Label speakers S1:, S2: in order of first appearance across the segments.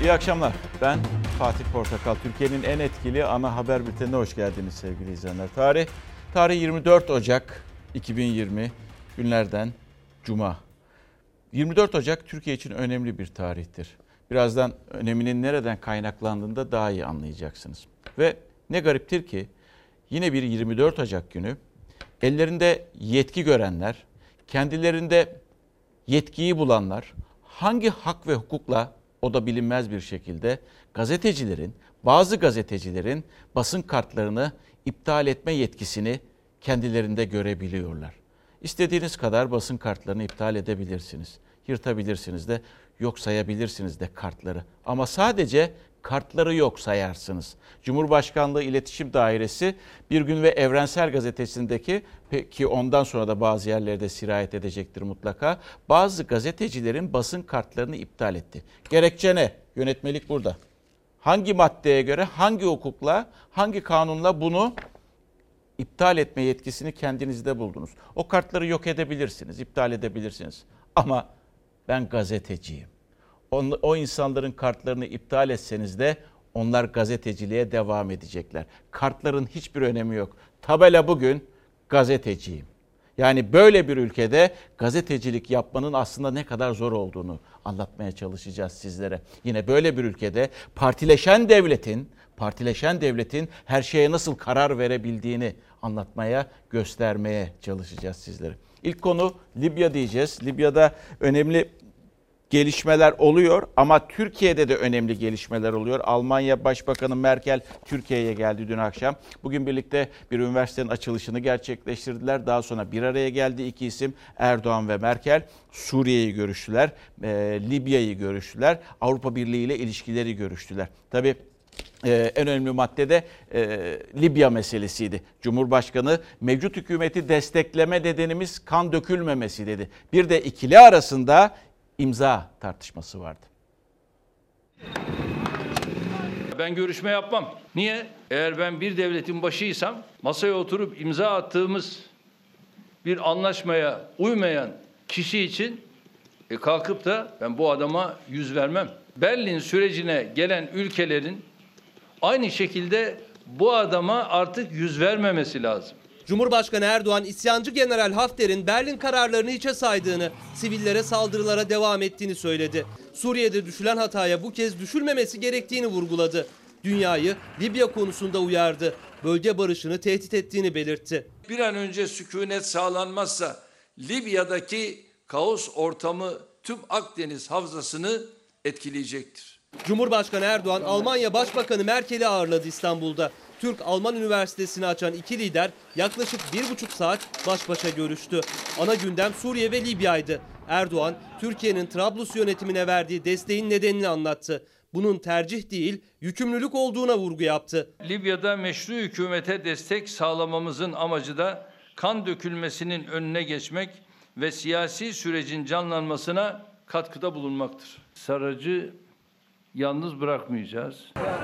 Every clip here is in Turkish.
S1: İyi akşamlar. Ben Fatih Portakal. Türkiye'nin en etkili ana haber bültenine hoş geldiniz sevgili izleyenler. Tarih 24 Ocak 2020 günlerden Cuma. 24 Ocak Türkiye için önemli bir tarihtir. Birazdan öneminin nereden kaynaklandığını da daha iyi anlayacaksınız. Ve ne gariptir ki yine bir 24 Ocak günü ellerinde yetki görenler, kendilerinde yetkiyi bulanlar hangi hak ve hukukla o da bilinmez bir şekilde bazı gazetecilerin basın kartlarını iptal etme yetkisini kendilerinde görebiliyorlar. İstediğiniz kadar basın kartlarını iptal edebilirsiniz. Yırtabilirsiniz de, yok sayabilirsiniz de kartları. Ama sadece kartları yok sayarsınız. Cumhurbaşkanlığı İletişim Dairesi Bir Gün ve Evrensel Gazetesi'ndeki, ki ondan sonra da bazı yerlerde sirayet edecektir mutlaka, bazı gazetecilerin basın kartlarını iptal etti. Gerekçe ne? Yönetmelik burada. Hangi maddeye göre, hangi hukukla, hangi kanunla bunu iptal etme yetkisini kendinizde buldunuz? O kartları yok edebilirsiniz, iptal edebilirsiniz. Ama ben gazeteciyim. O insanların kartlarını iptal etseniz de onlar gazeteciliğe devam edecekler. Kartların hiçbir önemi yok. Tabela bugün gazeteciyim. Yani böyle bir ülkede gazetecilik yapmanın aslında ne kadar zor olduğunu anlatmaya çalışacağız sizlere. Yine böyle bir ülkede partileşen devletin her şeye nasıl karar verebildiğini anlatmaya, göstermeye çalışacağız sizlere. İlk konu Libya diyeceğiz. Libya'da önemli gelişmeler oluyor ama Türkiye'de de önemli gelişmeler oluyor. Almanya Başbakanı Merkel Türkiye'ye geldi dün akşam. Bugün birlikte bir üniversitenin açılışını gerçekleştirdiler. Daha sonra bir araya geldi iki isim, Erdoğan ve Merkel. Suriye'yi görüştüler, Libya'yı görüştüler, Avrupa Birliği ile ilişkileri görüştüler. Tabii en önemli madde de Libya meselesiydi. Cumhurbaşkanı mevcut hükümeti destekleme nedenimiz kan dökülmemesi dedi. Bir de ikili arasında imza tartışması vardı.
S2: Ben görüşme yapmam. Niye? Eğer ben bir devletin başıysam masaya oturup imza attığımız bir anlaşmaya uymayan kişi için kalkıp da ben bu adama yüz vermem. Berlin sürecine gelen ülkelerin aynı şekilde bu adama artık yüz vermemesi lazım.
S3: Cumhurbaşkanı Erdoğan isyancı General Hafter'in Berlin kararlarını hiçe saydığını, sivillere saldırılara devam ettiğini söyledi. Suriye'de düşülen hataya bu kez düşülmemesi gerektiğini vurguladı. Dünyayı Libya konusunda uyardı. Bölge barışını tehdit ettiğini belirtti.
S4: Bir an önce sükunet sağlanmazsa Libya'daki kaos ortamı tüm Akdeniz havzasını etkileyecektir.
S3: Cumhurbaşkanı Erdoğan Almanya Başbakanı Merkel'i ağırladı İstanbul'da. Türk-Alman Üniversitesi'ni açan iki lider yaklaşık 1,5 saat baş başa görüştü. Ana gündem Suriye ve Libya'ydı. Erdoğan, Türkiye'nin Trablus yönetimine verdiği desteğin nedenini anlattı. Bunun tercih değil, yükümlülük olduğuna vurgu yaptı.
S2: Libya'da meşru hükümete destek sağlamamızın amacı da kan dökülmesinin önüne geçmek ve siyasi sürecin canlanmasına katkıda bulunmaktır. Saracı yalnız bırakmayacağız.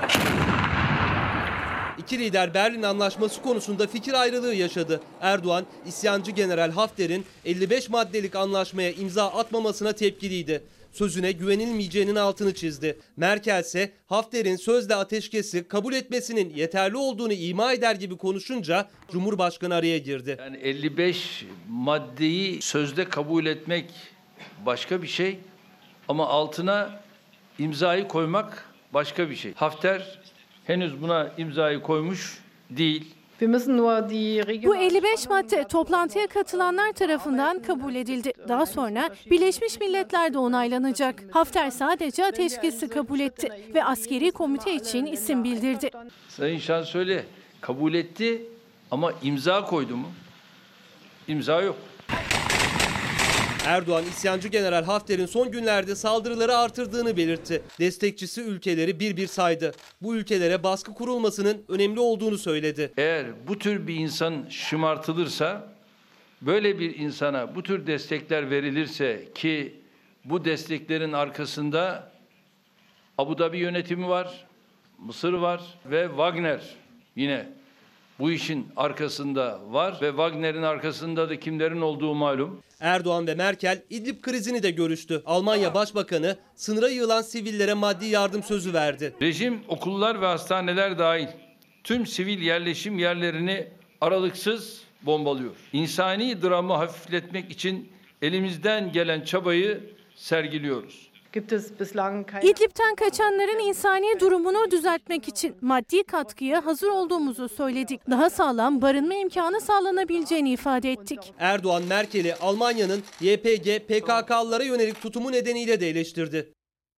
S3: İki lider Berlin Anlaşması konusunda fikir ayrılığı yaşadı. Erdoğan, isyancı General Hafter'in 55 maddelik anlaşmaya imza atmamasına tepkiliydi. Sözüne güvenilmeyeceğinin altını çizdi. Merkel ise Hafter'in sözle ateşkesi kabul etmesinin yeterli olduğunu ima eder gibi konuşunca Cumhurbaşkanı araya girdi.
S2: Yani 55 maddeyi sözde kabul etmek başka bir şey ama altına imzayı koymak başka bir şey. Hafter henüz buna imzayı koymuş değil.
S5: Bu 55 madde toplantıya katılanlar tarafından kabul edildi. Daha sonra Birleşmiş Milletler'de onaylanacak. Hafter sadece ateşkesi kabul etti ve askeri komite için isim bildirdi.
S2: Sayın Şansölye kabul etti ama imza koydu mu? İmza yok.
S3: Erdoğan isyancı General Hafter'in son günlerde saldırıları artırdığını belirtti. Destekçisi ülkeleri bir bir saydı. Bu ülkelere baskı kurulmasının önemli olduğunu söyledi.
S2: Eğer bu tür bir insan şımartılırsa, böyle bir insana bu tür destekler verilirse ki bu desteklerin arkasında Abu Dhabi yönetimi var, Mısır var ve Wagner yine bu işin arkasında var ve Wagner'in arkasında da kimlerin olduğu malum.
S3: Erdoğan ve Merkel İdlib krizini de görüştü. Almanya Başbakanı sınıra yığılan sivillere maddi yardım sözü verdi.
S2: Rejim okullar ve hastaneler dahil tüm sivil yerleşim yerlerini aralıksız bombalıyor. İnsani dramı hafifletmek için elimizden gelen çabayı sergiliyoruz.
S5: İdlib'ten kaçanların insani durumunu düzeltmek için maddi katkıya hazır olduğumuzu söyledik. Daha sağlam barınma imkanı sağlanabileceğini ifade ettik.
S3: Erdoğan Merkel'i Almanya'nın YPG, PKK'lılara yönelik tutumu nedeniyle de eleştirdi.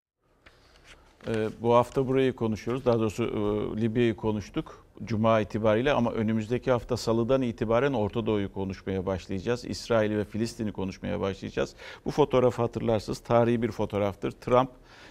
S1: Bu hafta burayı konuşuyoruz. Daha doğrusu Libya'yı konuştuk Cuma itibariyle ama önümüzdeki hafta Salı'dan itibaren Orta Doğu'yu konuşmaya başlayacağız. İsrail ve Filistin'i konuşmaya başlayacağız. Bu fotoğrafı hatırlarsınız. Tarihi bir fotoğraftır. Trump,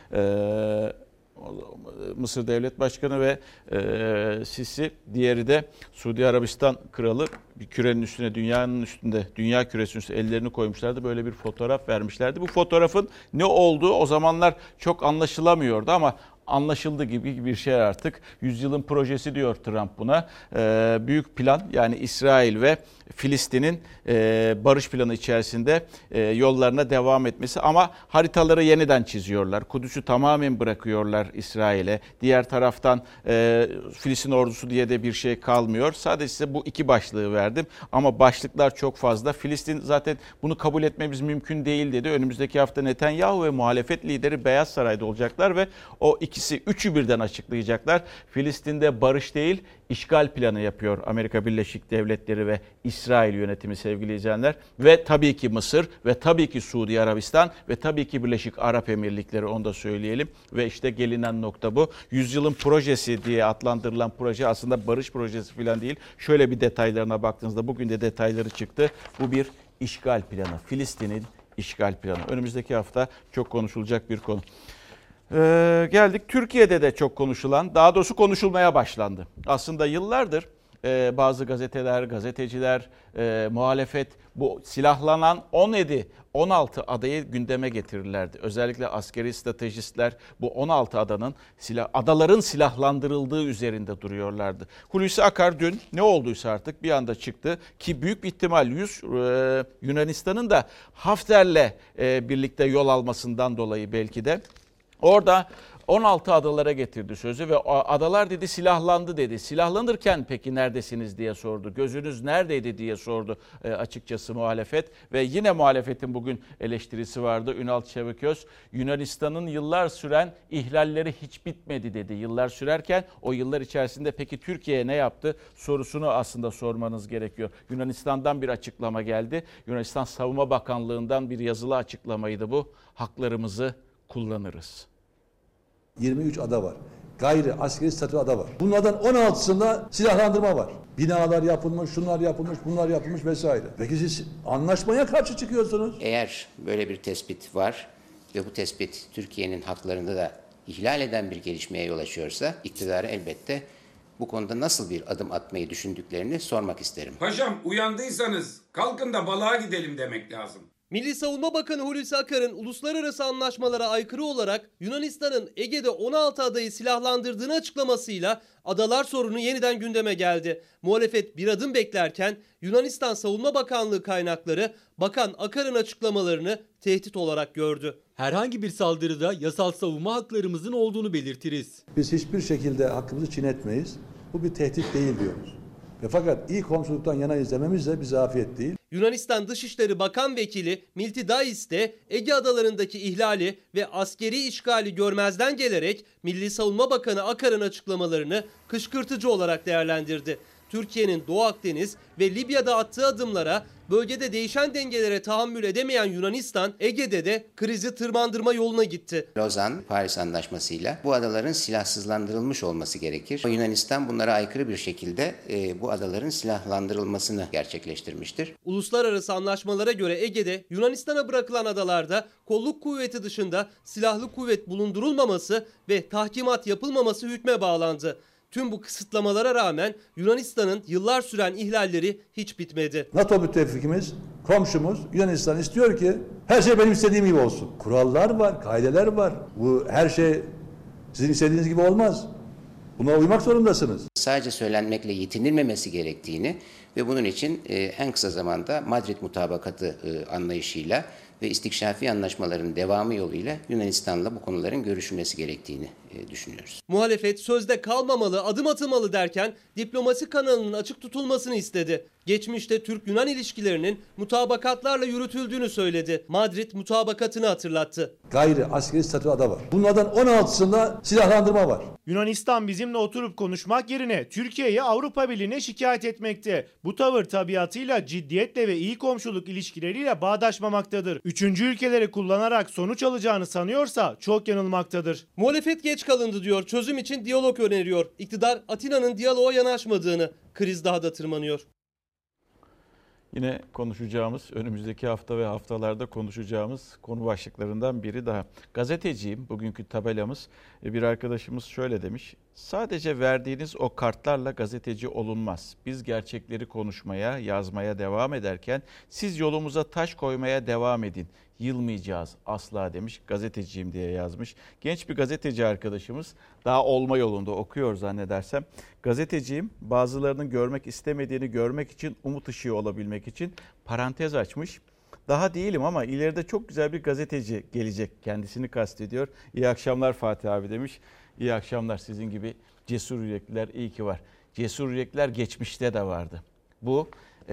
S1: Mısır Devlet Başkanı ve Sisi, diğeri de Suudi Arabistan Kralı bir kürenin üstüne, dünyanın üstünde, dünya küresinin üstüne ellerini koymuşlardı. Böyle bir fotoğraf vermişlerdi. Bu fotoğrafın ne olduğu o zamanlar çok anlaşılamıyordu ama anlaşıldı gibi bir şey artık. Yüzyılın projesi diyor Trump buna. Büyük plan, yani İsrail ve Filistin'in barış planı içerisinde yollarına devam etmesi ama haritaları yeniden çiziyorlar. Kudüs'ü tamamen bırakıyorlar İsrail'e. Diğer taraftan Filistin ordusu diye de bir şey kalmıyor. Sadece size bu iki başlığı verdim ama başlıklar çok fazla. Filistin zaten bunu kabul etmemiz mümkün değil dedi. Önümüzdeki hafta Netanyahu ve muhalefet lideri Beyaz Saray'da olacaklar ve o üçü birden açıklayacaklar. Filistin'de barış değil, işgal planı yapıyor Amerika Birleşik Devletleri ve İsrail yönetimi sevgili izleyenler. Ve tabii ki Mısır ve tabii ki Suudi Arabistan ve tabii ki Birleşik Arap Emirlikleri, onu da söyleyelim. Ve işte gelinen nokta bu. Yüzyılın projesi diye adlandırılan proje aslında barış projesi falan değil. Şöyle bir detaylarına baktığınızda bugün de detayları çıktı. Bu bir işgal planı. Filistin'in işgal planı. Önümüzdeki hafta çok konuşulacak bir konu. Geldik Türkiye'de de çok konuşulan, daha doğrusu konuşulmaya başlandı. Aslında yıllardır bazı gazeteler, gazeteciler, muhalefet bu silahlanan 16 adayı gündeme getirirlerdi. Özellikle askeri stratejistler bu 16 adaların silahlandırıldığı üzerinde duruyorlardı. Hulusi Akar dün ne olduysa artık bir anda çıktı ki büyük bir ihtimal Yunanistan'ın da Hafter'le birlikte yol almasından dolayı belki de orada 16 adalara getirdi sözü ve adalar dedi silahlandı dedi. Silahlanırken peki neredesiniz diye sordu. Gözünüz neredeydi diye sordu açıkçası muhalefet. Ve yine muhalefetin bugün eleştirisi vardı. Ünal Çeviköz, Yunanistan'ın yıllar süren ihlalleri hiç bitmedi dedi. Yıllar sürerken o yıllar içerisinde peki Türkiye ne yaptı sorusunu aslında sormanız gerekiyor. Yunanistan'dan bir açıklama geldi. Yunanistan Savunma Bakanlığı'ndan bir yazılı açıklamaydı bu. Haklarımızı kullanırız.
S6: 23 ada var. Gayri askeri statü ada var. Bunlardan 16'sında silahlandırma var. Binalar yapılmış, şunlar yapılmış, bunlar yapılmış vesaire. Peki siz anlaşmaya karşı çıkıyorsunuz.
S7: Eğer böyle bir tespit var ve bu tespit Türkiye'nin haklarında da ihlal eden bir gelişmeye yol açıyorsa iktidarı elbette bu konuda nasıl bir adım atmayı düşündüklerini sormak isterim.
S8: Paşam uyandıysanız kalkın da balığa gidelim demek lazım.
S3: Milli Savunma Bakanı Hulusi Akar'ın uluslararası anlaşmalara aykırı olarak Yunanistan'ın Ege'de 16 adayı silahlandırdığını açıklamasıyla adalar sorunu yeniden gündeme geldi. Muhalefet bir adım beklerken Yunanistan Savunma Bakanlığı kaynakları Bakan Akar'ın açıklamalarını tehdit olarak gördü.
S9: Herhangi bir saldırıda yasal savunma haklarımızın olduğunu belirtiriz.
S6: Biz hiçbir şekilde hakkımızı çiğnetmeyiz. Bu bir tehdit değil diyoruz. Fakat iyi komşuluktan yanayız dememiz de bize afiyet değil.
S3: Yunanistan Dışişleri Bakan Vekili Miltiadis de Ege adalarındaki ihlali ve askeri işgali görmezden gelerek Milli Savunma Bakanı Akar'ın açıklamalarını kışkırtıcı olarak değerlendirdi. Türkiye'nin Doğu Akdeniz ve Libya'da attığı adımlara, bölgede değişen dengelere tahammül edemeyen Yunanistan, Ege'de de krizi tırmandırma yoluna gitti.
S7: Lozan-Paris Anlaşması'yla bu adaların silahsızlandırılmış olması gerekir. Yunanistan bunlara aykırı bir şekilde bu adaların silahlandırılmasını gerçekleştirmiştir.
S3: Uluslararası anlaşmalara göre Ege'de Yunanistan'a bırakılan adalarda kolluk kuvveti dışında silahlı kuvvet bulundurulmaması ve tahkimat yapılmaması hükme bağlandı. Tüm bu kısıtlamalara rağmen Yunanistan'ın yıllar süren ihlalleri hiç bitmedi.
S6: NATO müttefikimiz, komşumuz Yunanistan istiyor ki her şey benim istediğim gibi olsun. Kurallar var, kaideler var. Bu her şey sizin istediğiniz gibi olmaz. Buna uymak zorundasınız.
S7: Sadece söylenmekle yetinilmemesi gerektiğini ve bunun için en kısa zamanda Madrid mutabakatı anlayışıyla ve istikşafi anlaşmaların devamı yoluyla Yunanistan'la bu konuların görüşülmesi gerektiğini düşünüyoruz.
S3: Muhalefet sözde kalmamalı, adım atılmalı derken diplomasi kanalının açık tutulmasını istedi. Geçmişte Türk-Yunan ilişkilerinin mutabakatlarla yürütüldüğünü söyledi. Madrid mutabakatını hatırlattı.
S6: Gayri askeri statü ada var. Bunlardan 16'sında silahlandırma var.
S10: Yunanistan bizimle oturup konuşmak yerine Türkiye'yi Avrupa Birliği'ne şikayet etmekte. Bu tavır tabiatıyla ciddiyetle ve iyi komşuluk ilişkileriyle bağdaşmamaktadır. Üçüncü ülkeleri kullanarak sonuç alacağını sanıyorsa çok yanılmaktadır.
S3: Muhalefet geç kalındı diyor, çözüm için diyalog öneriyor. İktidar Atina'nın diyaloğa yanaşmadığını, kriz daha da tırmanıyor.
S1: Yine konuşacağımız, önümüzdeki hafta ve haftalarda konuşacağımız konu başlıklarından biri daha. Gazeteciyim, bugünkü tabelamız. Bir arkadaşımız şöyle demiş: sadece verdiğiniz o kartlarla gazeteci olunmaz. Biz gerçekleri konuşmaya, yazmaya devam ederken siz yolumuza taş koymaya devam edin. Yılmayacağız asla demiş, gazeteciyim diye yazmış. Genç bir gazeteci arkadaşımız, daha olma yolunda, okuyor zannedersem. Gazeteciyim, bazılarının görmek istemediğini görmek için, umut ışığı olabilmek için parantez açmış. Daha değilim ama ileride çok güzel bir gazeteci gelecek, kendisini kastediyor. İyi akşamlar Fatih abi demiş. İyi akşamlar, sizin gibi cesur yürekliler iyi ki var. Cesur yürekliler geçmişte de vardı. Bu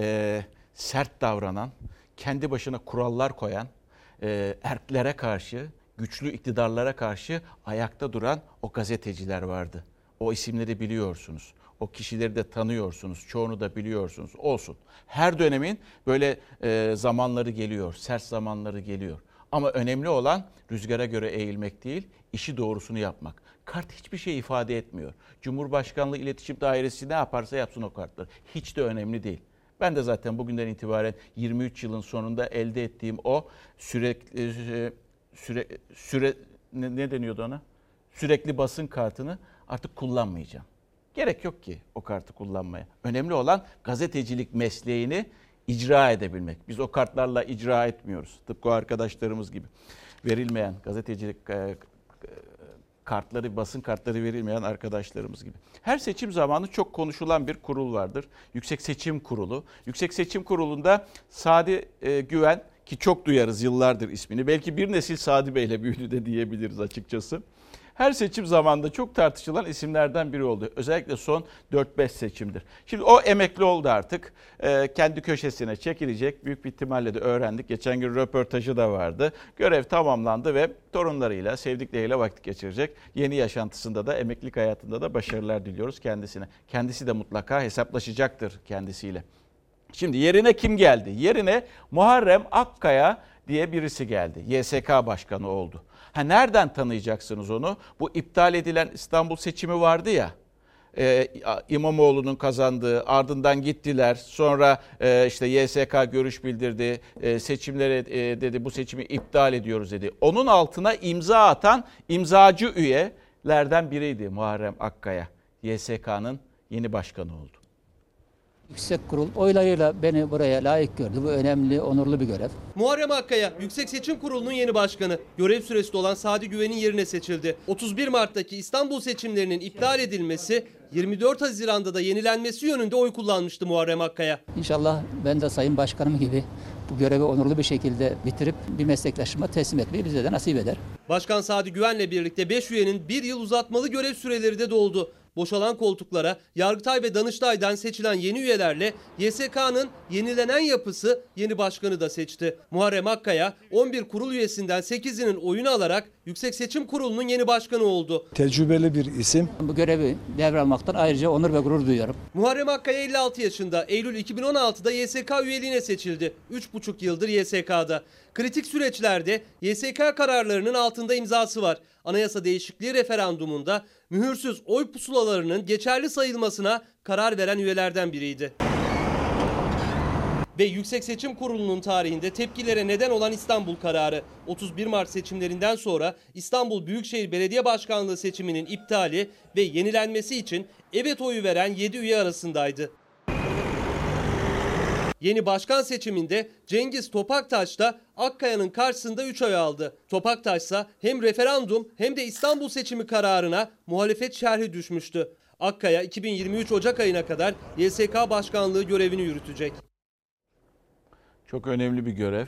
S1: sert davranan, kendi başına kurallar koyan, erklere karşı, güçlü iktidarlara karşı ayakta duran o gazeteciler vardı. O isimleri biliyorsunuz. O kişileri de tanıyorsunuz. Çoğunu da biliyorsunuz. Olsun. Her dönemin böyle zamanları geliyor. Sert zamanları geliyor. Ama önemli olan rüzgara göre eğilmek değil, işi doğrusunu yapmak. Kart hiçbir şey ifade etmiyor. Cumhurbaşkanlığı İletişim Dairesi ne yaparsa yapsın o kartları. Hiç de önemli değil. Ben de zaten bugünden itibaren 23 yılın sonunda elde ettiğim o ne deniyordu ona? Sürekli basın kartını artık kullanmayacağım. Gerek yok ki o kartı kullanmaya. Önemli olan gazetecilik mesleğini icra edebilmek. Biz o kartlarla icra etmiyoruz. Tıpkı o arkadaşlarımız gibi. Verilmeyen gazetecilik kartları, basın kartları verilmeyen arkadaşlarımız gibi. Her seçim zamanı çok konuşulan bir kurul vardır. Yüksek Seçim Kurulu. Yüksek Seçim Kurulu'nda Sadi Güven, ki çok duyarız yıllardır ismini. Belki bir nesil Sadi Bey'le büyüdü de diyebiliriz açıkçası. Her seçim zamanında çok tartışılan isimlerden biri oldu. Özellikle son 4-5 seçimdir. Şimdi o emekli oldu artık. Kendi köşesine çekilecek. Büyük bir ihtimalle de öğrendik. Geçen gün röportajı da vardı. Görev tamamlandı ve torunlarıyla, sevdikleriyle vakit geçirecek. Yeni yaşantısında da, emeklilik hayatında da başarılar diliyoruz kendisine. Kendisi de mutlaka hesaplaşacaktır kendisiyle. Şimdi yerine kim geldi? Yerine Muharrem Akkaya diye birisi geldi. YSK Başkanı oldu. Nereden tanıyacaksınız onu? Bu iptal edilen İstanbul seçimi vardı ya. İmamoğlu'nun kazandığı, ardından gittiler. Sonra işte YSK görüş bildirdi. Seçimlere dedi, bu seçimi iptal ediyoruz dedi. Onun altına imza atan imzacı üyelerden biriydi Muharrem Akkaya. YSK'nın yeni başkanı oldu.
S11: Yüksek Kurul oylarıyla beni buraya layık gördü. Bu önemli, onurlu bir görev.
S3: Muharrem Akkaya, Yüksek Seçim Kurulu'nun yeni başkanı. Görev süresi olan Sadi Güven'in yerine seçildi. 31 Mart'taki İstanbul seçimlerinin iptal edilmesi, 24 Haziran'da da yenilenmesi yönünde oy kullanmıştı Muharrem Akkaya.
S11: İnşallah ben de Sayın Başkanım gibi bu görevi onurlu bir şekilde bitirip bir meslektaşıma teslim etmeyi bize de nasip eder.
S3: Başkan Sadi Güven'le birlikte 5 üyenin 1 yıl uzatmalı görev süreleri de doldu. Boşalan koltuklara Yargıtay ve Danıştay'dan seçilen yeni üyelerle YSK'nın yenilenen yapısı yeni başkanı da seçti. Muharrem Akkaya 11 kurul üyesinden 8'inin oyunu alarak Yüksek Seçim Kurulu'nun yeni başkanı oldu.
S12: Tecrübeli bir isim.
S11: Bu görevi devralmaktan ayrıca onur ve gurur duyuyorum.
S3: Muharrem Akkaya 56 yaşında. Eylül 2016'da YSK üyeliğine seçildi. 3,5 yıldır YSK'da. Kritik süreçlerde YSK kararlarının altında imzası var. Anayasa değişikliği referandumunda mühürsüz oy pusulalarının geçerli sayılmasına karar veren üyelerden biriydi. Ve Yüksek Seçim Kurulu'nun tarihinde tepkilere neden olan İstanbul kararı. 31 Mart seçimlerinden sonra İstanbul Büyükşehir Belediye Başkanlığı seçiminin iptali ve yenilenmesi için evet oyu veren 7 üye arasındaydı. Yeni başkan seçiminde Cengiz Topaktaş da Akkaya'nın karşısında 3 oy aldı. Topaktaş ise hem referandum hem de İstanbul seçimi kararına muhalefet şerhi düşmüştü. Akkaya 2023 Ocak ayına kadar YSK Başkanlığı görevini yürütecek.
S1: Çok önemli bir görev.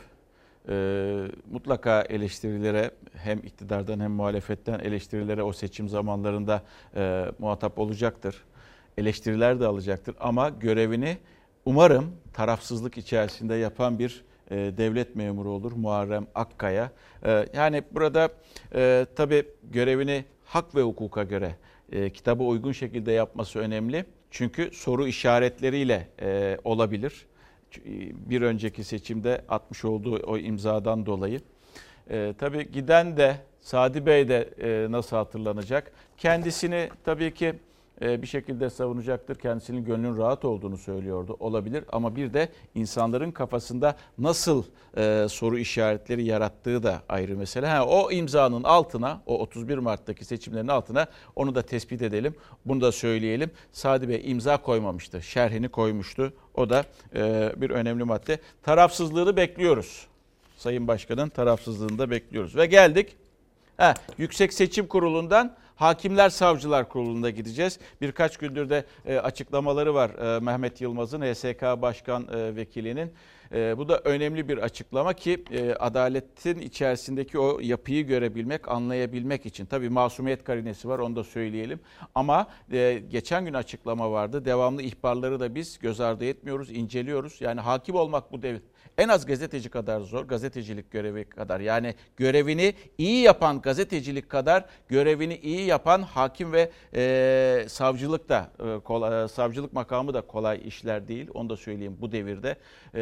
S1: Mutlaka eleştirilere, hem iktidardan hem muhalefetten eleştirilere o seçim zamanlarında muhatap olacaktır. Eleştiriler de alacaktır ama görevini umarım tarafsızlık içerisinde yapan bir devlet memuru olur Muharrem Akkaya. Yani burada tabii görevini hak ve hukuka göre kitaba uygun şekilde yapması önemli. Çünkü soru işaretleriyle olabilir. Bir önceki seçimde atmış olduğu o imzadan dolayı. Tabii giden de Sadi Bey de nasıl hatırlanacak? Kendisini tabii ki bir şekilde savunacaktır. Kendisinin gönlünün rahat olduğunu söylüyordu. Olabilir ama bir de insanların kafasında nasıl soru işaretleri yarattığı da ayrı mesele. O imzanın altına, o 31 Mart'taki seçimlerin altına onu da tespit edelim. Bunu da söyleyelim. Sadi Bey imza koymamıştı. Şerhini koymuştu. O da bir önemli madde. Tarafsızlığını bekliyoruz. Sayın Başkan'ın tarafsızlığını da bekliyoruz. Ve geldik Yüksek Seçim Kurulu'ndan Hakimler Savcılar Kurulu'nda gideceğiz. Birkaç gündür de açıklamaları var Mehmet Yılmaz'ın, HSK Başkan Vekilinin. Bu da önemli bir açıklama ki adaletin içerisindeki o yapıyı görebilmek, anlayabilmek için. Tabii masumiyet karinesi var, onu da söyleyelim. Ama geçen gün açıklama vardı. Devamlı ihbarları da biz göz ardı etmiyoruz, inceliyoruz. Yani hakim olmak bu devir en az gazeteci kadar zor, gazetecilik görevi kadar. Yani görevini iyi yapan gazetecilik kadar görevini iyi yapan hakim ve savcılık da savcılık makamı da kolay işler değil. Onu da söyleyeyim bu devirde.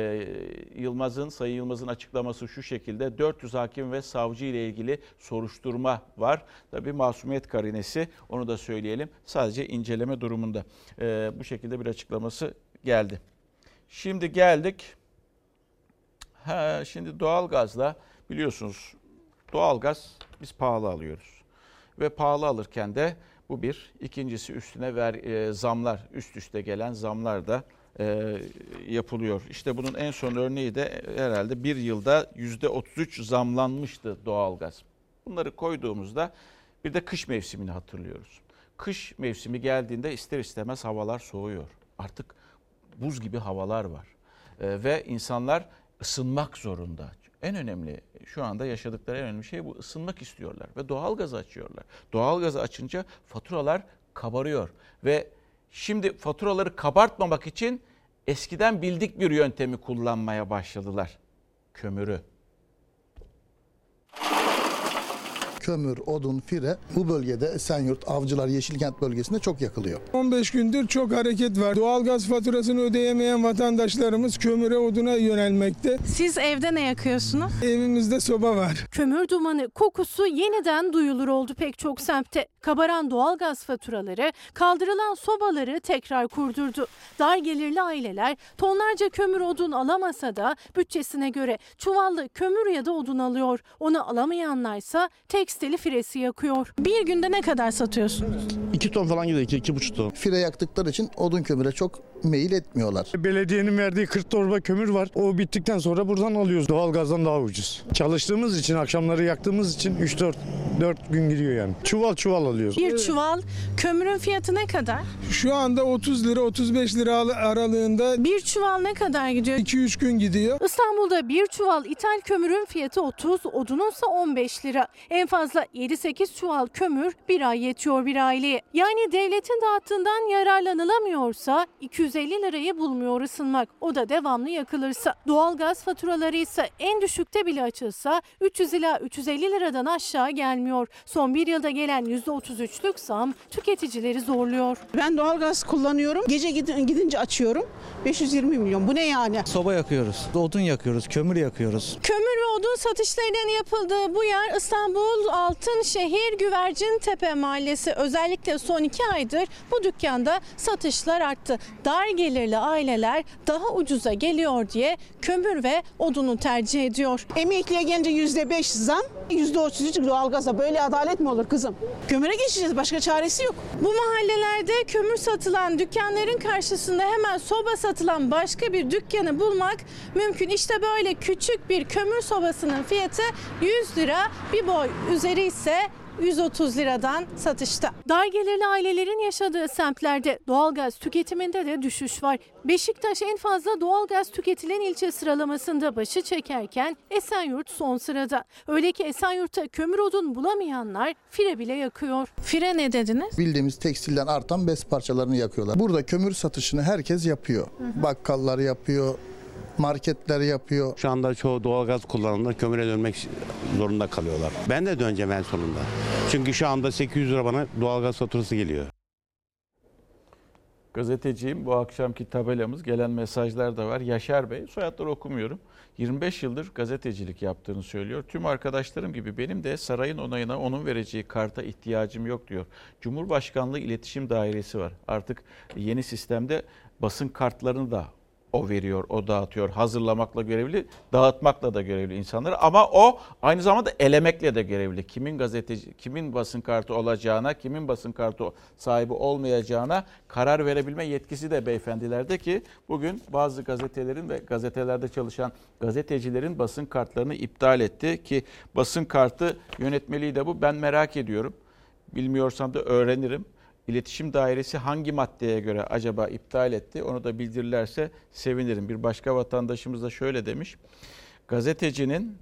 S1: Sayın Yılmaz'ın açıklaması şu şekilde: 400 hakim ve savcı ile ilgili soruşturma var. Tabii masumiyet karinesi, onu da söyleyelim. Sadece inceleme durumunda. Bu şekilde bir açıklaması geldi. Şimdi geldik. Şimdi doğalgazla biliyorsunuz doğalgaz biz pahalı alıyoruz. Ve pahalı alırken de bu bir. İkincisi üstüne zamlar, üst üste gelen zamlar da yapılıyor. İşte bunun en son örneği de herhalde bir yılda %33 zamlanmıştı doğalgaz. Bunları koyduğumuzda bir de kış mevsimini hatırlıyoruz. Kış mevsimi geldiğinde ister istemez havalar soğuyor. Artık buz gibi havalar var. Ve insanlar ısınmak zorunda. En önemli, şu anda yaşadıkları en önemli şey bu. Isınmak istiyorlar ve doğalgazı açıyorlar. Doğalgazı açınca faturalar kabarıyor ve şimdi faturaları kabartmamak için eskiden bildik bir yöntemi kullanmaya başladılar. Kömürü.
S12: Kömür, odun, fire bu bölgede Esenyurt, Avcılar, Yeşilkent bölgesinde çok yakılıyor.
S13: 15 gündür çok hareket var. Doğalgaz faturasını ödeyemeyen vatandaşlarımız kömüre, oduna yönelmekte.
S5: Siz evde ne yakıyorsunuz?
S13: Evimizde soba var.
S5: Kömür dumanı kokusu yeniden duyulur oldu pek çok semtte. Kabaran doğalgaz faturaları kaldırılan sobaları tekrar kurdurdu. Dar gelirli aileler tonlarca kömür, odun alamasa da bütçesine göre çuvallı kömür ya da odun alıyor. Onu alamayanlarsa tekstili firesi yakıyor. Bir günde ne kadar satıyorsunuz?
S12: 2 ton falan gidiyor, 2,5 ton. Fire yaktıkları için odun kömüre çok meyil etmiyorlar.
S13: Belediyenin verdiği 40 torba kömür var. O bittikten sonra buradan alıyoruz. Doğalgazdan daha ucuz. Çalıştığımız için, akşamları yaktığımız için 3-4 gün gidiyor yani. Çuval alıyoruz.
S5: Bir çuval kömürün fiyatı ne kadar?
S13: Şu anda 30 lira 35 lira aralığında.
S5: Bir çuval ne kadar gidiyor?
S13: 2-3 gün gidiyor.
S5: İstanbul'da bir çuval ithal kömürün fiyatı 30, odununsa 15 lira. En fazla 7-8 çuval kömür bir ay yetiyor bir aileye. Yani devletin dağıttığından yararlanılamıyorsa 250 lirayı bulmuyor ısınmak. O da devamlı yakılırsa. Doğalgaz faturaları ise en düşükte bile açılsa 300 ila 350 liradan aşağı gelmiyor. Son bir yılda gelen %33'lük zam tüketicileri zorluyor.
S14: Ben doğalgaz kullanıyorum. Gece gidince açıyorum. 520 milyon. Bu ne yani?
S15: Soba yakıyoruz, odun yakıyoruz, kömür yakıyoruz.
S5: Kömür ve odun satışlarının yapıldığı bu yer İstanbul Altınşehir Güvercintepe Mahallesi. Özellikle son 2 aydır bu dükkanda satışlar arttı. Dar gelirli aileler daha ucuza geliyor diye kömür ve odunu tercih ediyor.
S14: Emekliye gelince %5 zam, %33 doğalgaza. Böyle adalet mi olur kızım? Kömüre geçeceğiz. Başka çaresi yok.
S5: Bu mahallelerde kömür satılan dükkanların karşısında hemen soba satılan başka bir dükkanı bulmak mümkün. İşte böyle küçük bir kömür sobasının fiyatı 100 lira. Bir boy üzeri ise 130 liradan satışta. Dar gelirli ailelerin yaşadığı semtlerde doğalgaz tüketiminde de düşüş var. Beşiktaş en fazla doğalgaz tüketilen ilçe sıralamasında başı çekerken Esenyurt son sırada. Öyle ki Esenyurt'ta kömür odun bulamayanlar fire bile yakıyor. Fire ne dediniz?
S12: Bildiğimiz tekstilden artan bez parçalarını yakıyorlar. Burada kömür satışını herkes yapıyor. Bakkallar yapıyor, marketler yapıyor.
S16: Şu anda çoğu doğalgaz kullananlar kömüre dönmek zorunda kalıyorlar. Ben de döneceğim en sonunda. Çünkü şu anda 800 lira bana doğalgaz faturası geliyor.
S1: Gazeteciyim. Bu akşamki tabelamız, gelen mesajlar da var. Yaşar Bey, soyadları okumuyorum. 25 yıldır gazetecilik yaptığını söylüyor. Tüm arkadaşlarım gibi benim de sarayın onayına onun vereceği karta ihtiyacım yok diyor. Cumhurbaşkanlığı İletişim Dairesi var. Artık yeni sistemde basın kartlarını da o veriyor, o dağıtıyor. Hazırlamakla görevli, dağıtmakla da görevli insanlar. Ama o aynı zamanda elemekle de görevli. Kimin gazeteci, kimin basın kartı olacağına, kimin basın kartı sahibi olmayacağına karar verebilme yetkisi de beyefendilerde, ki bugün bazı gazetelerin ve gazetelerde çalışan gazetecilerin basın kartlarını iptal etti, ki basın kartı yönetmeliği de bu. Ben merak ediyorum. Bilmiyorsam da öğrenirim. İletişim Dairesi hangi maddeye göre acaba iptal etti? Onu da bildirirlerse sevinirim. Bir başka vatandaşımız da şöyle demiş. Gazetecinin,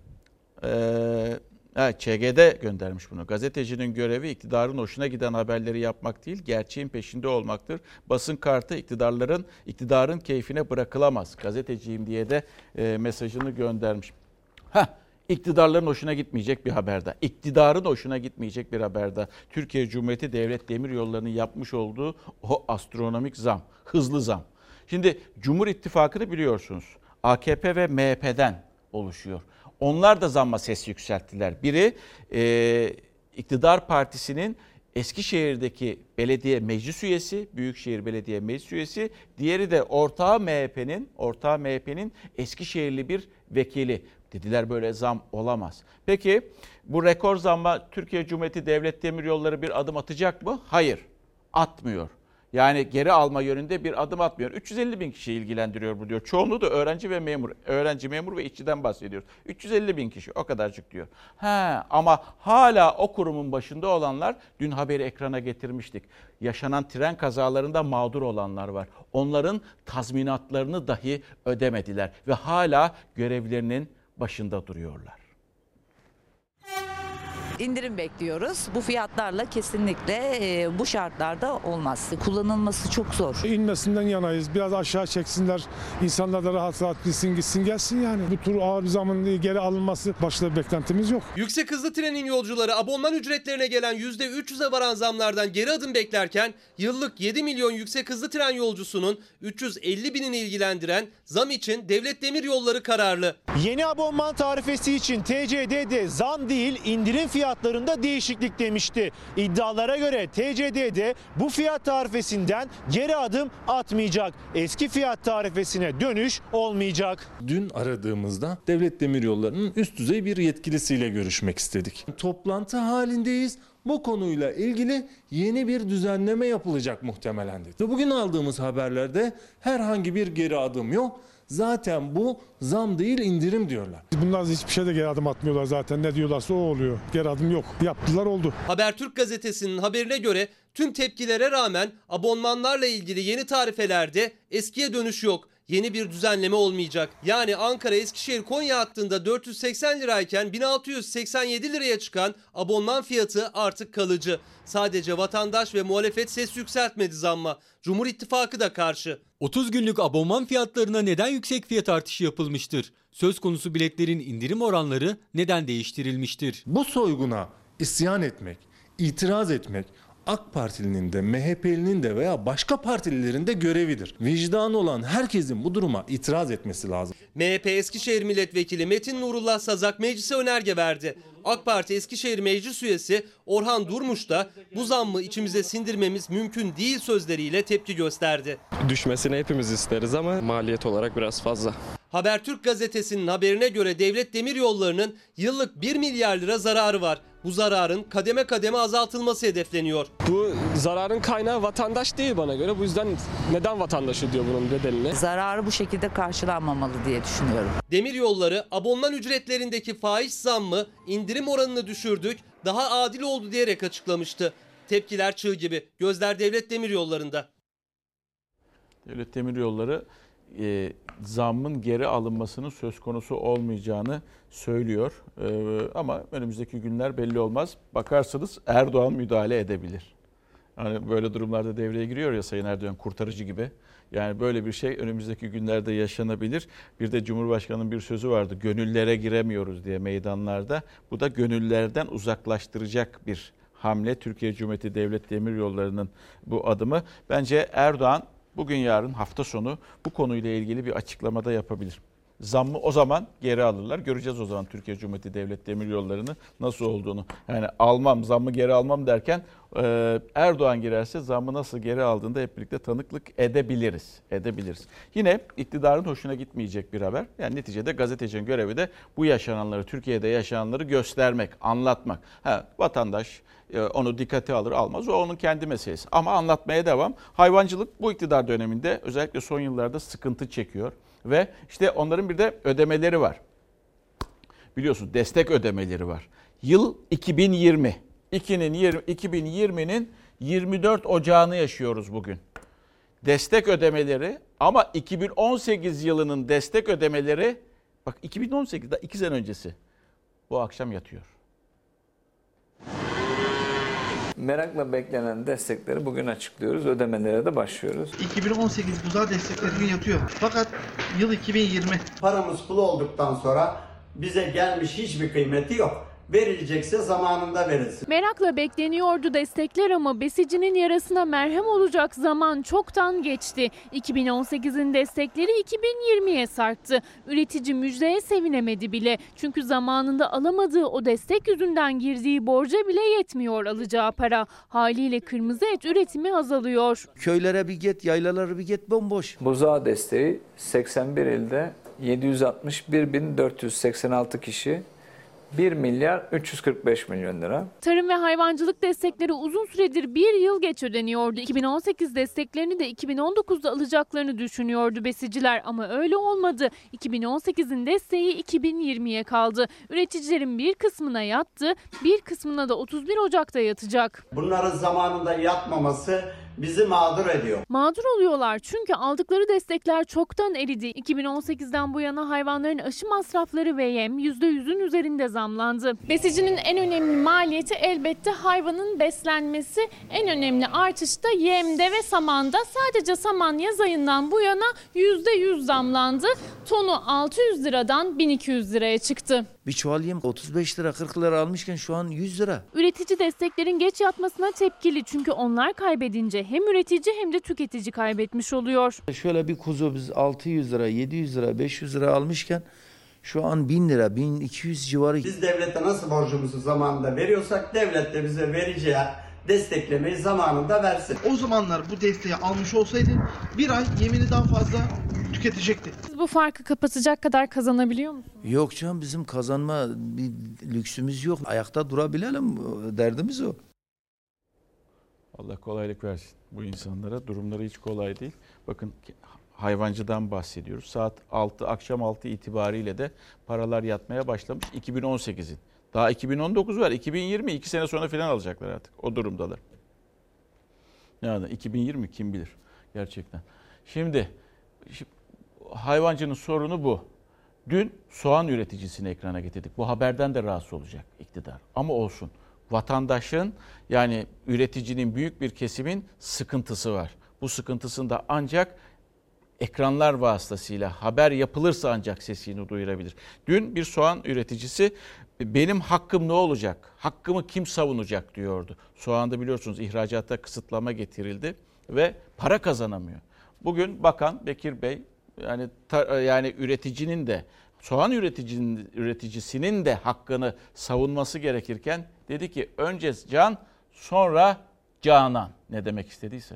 S1: ÇG'de göndermiş bunu. Gazetecinin görevi iktidarın hoşuna giden haberleri yapmak değil, gerçeğin peşinde olmaktır. Basın kartı iktidarın keyfine bırakılamaz. Gazeteciyim diye de mesajını göndermiş. İktidarların hoşuna gitmeyecek bir haberde, iktidarın hoşuna gitmeyecek bir haberde Türkiye Cumhuriyeti Devlet Demiryolları'nın yapmış olduğu o astronomik zam, hızlı zam. Şimdi Cumhur İttifakı'nı biliyorsunuz, AKP ve MHP'den oluşuyor. Onlar da zamma ses yükselttiler. Biri iktidar partisinin Eskişehir'deki belediye meclis üyesi, Büyükşehir Belediye Meclis üyesi, diğeri de ortağı MHP'nin Eskişehirli bir vekili. Dediler böyle zam olamaz. Peki bu rekor zamma Türkiye Cumhuriyeti Devlet Demiryolları bir adım atacak mı? Hayır, atmıyor. Yani geri alma yönünde bir adım atmıyor. 350 bin kişi ilgilendiriyor bu diyor. Çoğunluğu da öğrenci, memur ve işçiden bahsediyoruz. 350 bin kişi, o kadarcık diyor. Ama hala o kurumun başında olanlar, dün haberi ekrana getirmiştik. Yaşanan tren kazalarında mağdur olanlar var. Onların tazminatlarını dahi ödemediler ve hala görevlerinin başında duruyorlar.
S17: İndirim bekliyoruz. Bu fiyatlarla kesinlikle bu şartlarda olmaz. Kullanılması çok zor.
S18: İnmesinden yanayız. Biraz aşağı çeksinler. İnsanlar da rahat rahat bilsin, gitsin gelsin yani. Bu tür ağır bir zamın geri alınması başka bir beklentimiz yok.
S3: Yüksek hızlı trenin yolcuları abonman ücretlerine gelen %300'e varan zamlardan geri adım beklerken yıllık 7 milyon yüksek hızlı tren yolcusunun 350 binini ilgilendiren zam için Devlet Demiryolları kararlı.
S10: Yeni abonman tarifesi için TCD'de zam değil, indirim fiyatlarında değişiklik demişti. İddialara göre TCD'de bu fiyat tarifesinden geri adım atmayacak. Eski fiyat tarifesine dönüş olmayacak.
S19: Dün aradığımızda Devlet Demiryolları'nın üst düzey bir yetkilisiyle görüşmek istedik. Toplantı halindeyiz. Bu konuyla ilgili yeni bir düzenleme yapılacak muhtemelen dedi. Bugün aldığımız haberlerde herhangi bir geri adım yok. Zaten bu zam değil, indirim diyorlar.
S18: Bunlar hiçbir şeyde geri adım atmıyorlar zaten. Ne diyorlarsa o oluyor. Geri adım yok. Yaptılar, oldu.
S3: Habertürk gazetesinin haberine göre tüm tepkilere rağmen abonmanlarla ilgili yeni tarifelerde eskiye dönüş yok. Yeni bir düzenleme olmayacak. Yani Ankara, Eskişehir, Konya hattında 480 lirayken 1687 liraya çıkan abonman fiyatı artık kalıcı. Sadece vatandaş ve muhalefet ses yükseltmedi zamma. Cumhur İttifakı da karşı.
S9: 30 günlük abonman fiyatlarına neden yüksek fiyat artışı yapılmıştır? Söz konusu biletlerin indirim oranları neden değiştirilmiştir?
S19: Bu soyguna isyan etmek, itiraz etmek AK Partilinin de, MHP'linin de veya başka partililerin de görevidir. Vicdanı olan herkesin bu duruma itiraz etmesi lazım.
S3: MHP Eskişehir Milletvekili Metin Nurullah Sazak meclise önerge verdi. AK Parti Eskişehir Meclis Üyesi Orhan Durmuş da bu zammı içimize sindirmemiz mümkün değil sözleriyle tepki gösterdi.
S20: Düşmesini hepimiz isteriz ama maliyet olarak biraz fazla.
S3: Habertürk gazetesinin haberine göre Devlet Demiryolları'nın yıllık 1 milyar lira zararı var. Bu zararın kademe kademe azaltılması hedefleniyor.
S20: Bu zararın kaynağı vatandaş değil bana göre. Bu yüzden neden vatandaş ödüyor bunun bedelini?
S17: Zararı bu şekilde karşılanmamalı diye düşünüyorum.
S3: Demiryolları abonman ücretlerindeki faiz zammı, indirim oranını düşürdük, daha adil oldu diyerek açıklamıştı. Tepkiler çığ gibi. Gözler Devlet Demiryolları'nda.
S1: Devlet Demiryolları zammın geri alınmasının söz konusu olmayacağını söylüyor. Ama önümüzdeki günler belli olmaz. Bakarsınız Erdoğan müdahale edebilir. Hani böyle durumlarda devreye giriyor ya Sayın Erdoğan, kurtarıcı gibi. Yani böyle bir şey önümüzdeki günlerde yaşanabilir. Bir de Cumhurbaşkanı'nın bir sözü vardı. Gönüllere giremiyoruz diye meydanlarda. Bu da gönüllerden uzaklaştıracak bir hamle. Türkiye Cumhuriyeti Devlet Demiryolları'nın bu adımı. Bence Erdoğan bugün yarın hafta sonu bu konuyla ilgili bir açıklamada yapabilir. Zammı o zaman geri alırlar. Göreceğiz o zaman Türkiye Cumhuriyeti Devlet Demiryolları'nı nasıl olduğunu. Yani zammı geri almam derken Erdoğan girerse zammı nasıl geri aldığında hep birlikte tanıklık edebiliriz. Yine iktidarın hoşuna gitmeyecek bir haber. Yani neticede gazetecinin görevi de bu yaşananları, Türkiye'de yaşananları göstermek, anlatmak. Vatandaş onu dikkate alır almaz, o onun kendi meselesi. Ama anlatmaya devam. Hayvancılık bu iktidar döneminde özellikle son yıllarda sıkıntı çekiyor. Ve işte onların bir de ödemeleri var. Biliyorsunuz destek ödemeleri var. Yıl 2020. 2020'nin 24 Ocağı'nı yaşıyoruz bugün. Destek ödemeleri ama 2018 yılının destek ödemeleri, bak 2018'de 2 sene öncesi, bu akşam yatıyor.
S21: Merakla beklenen destekleri bugün açıklıyoruz. Ödemelere de başlıyoruz.
S22: 2018 buzağı destekleri bugün yatıyor. Fakat yıl 2020.
S23: Paramız pul olduktan sonra bize gelmiş hiçbir kıymeti yok. Verilecekse zamanında verilsin.
S5: Merakla bekleniyordu destekler ama besicinin yarasına merhem olacak zaman çoktan geçti. 2018'in destekleri 2020'ye sarktı. Üretici müjdeye sevinemedi bile. Çünkü zamanında alamadığı o destek yüzünden girdiği borca bile yetmiyor alacağı para. Haliyle kırmızı et üretimi azalıyor.
S21: Köylere bir git, yaylalara bir git bomboş. Buzağı desteği 81 ilde 761.486 kişi. 1 milyar 345 milyon lira.
S5: Tarım ve hayvancılık destekleri uzun süredir bir yıl geç ödeniyordu. 2018 desteklerini de 2019'da alacaklarını düşünüyordu besiciler ama öyle olmadı. 2018'in desteği 2020'ye kaldı. Üreticilerin bir kısmına yattı, bir kısmına da 31 Ocak'ta yatacak.
S23: Bunların zamanında yatmaması bizi mağdur ediyor.
S5: Mağdur oluyorlar çünkü aldıkları destekler çoktan eridi. 2018'den bu yana hayvanların aşı masrafları ve yem %100'ün üzerinde zamlandı. Besicinin en önemli maliyeti elbette hayvanın beslenmesi. En önemli artış da yemde ve samanda. Sadece saman yaz ayından bu yana %100 zamlandı. Tonu 600 liradan 1200 liraya çıktı.
S21: Bir çuval yem 35 lira 40 lira almışken şu an 100 lira.
S5: Üretici desteklerin geç yatmasına tepkili çünkü onlar kaybedince hem üretici hem de tüketici kaybetmiş oluyor.
S21: Şöyle bir kuzu biz 600 lira, 700 lira, 500 lira almışken şu an 1000 lira, 1200 civarı.
S23: Biz devlete nasıl borcumuzu zamanında veriyorsak devlet de bize vereceği desteklemeyi zamanında versin.
S22: O zamanlar bu desteği almış olsaydı bir ay yemini daha fazla tüketecekti.
S5: Siz bu farkı kapatacak kadar kazanabiliyor musunuz?
S21: Yok canım, bizim kazanma bir lüksümüz yok. Ayakta durabilelim, derdimiz o.
S1: Allah kolaylık versin bu insanlara. Durumları hiç kolay değil. Bakın hayvancıdan bahsediyoruz. Saat 6, akşam 6 itibariyle de paralar yatmaya başlamış 2018'in. Daha 2019 var, 2020, 2 sene sonra falan alacaklar artık. O durumdalar. Yani 2020 kim bilir gerçekten. Şimdi hayvancının sorunu bu. Dün soğan üreticisini ekrana getirdik. Bu haberden de rahatsız olacak iktidar. Ama olsun. Vatandaşın, yani üreticinin, büyük bir kesimin sıkıntısı var. Bu sıkıntısında ancak ekranlar vasıtasıyla haber yapılırsa ancak sesini duyurabilir. Dün bir soğan üreticisi benim hakkım ne olacak? Hakkımı kim savunacak diyordu. Soğanda biliyorsunuz ihracatta kısıtlama getirildi ve para kazanamıyor. Bugün Bakan Bekir Bey yani üreticinin de soğan üreticisinin de hakkını savunması gerekirken dedi ki önce can sonra canan, ne demek istediyse.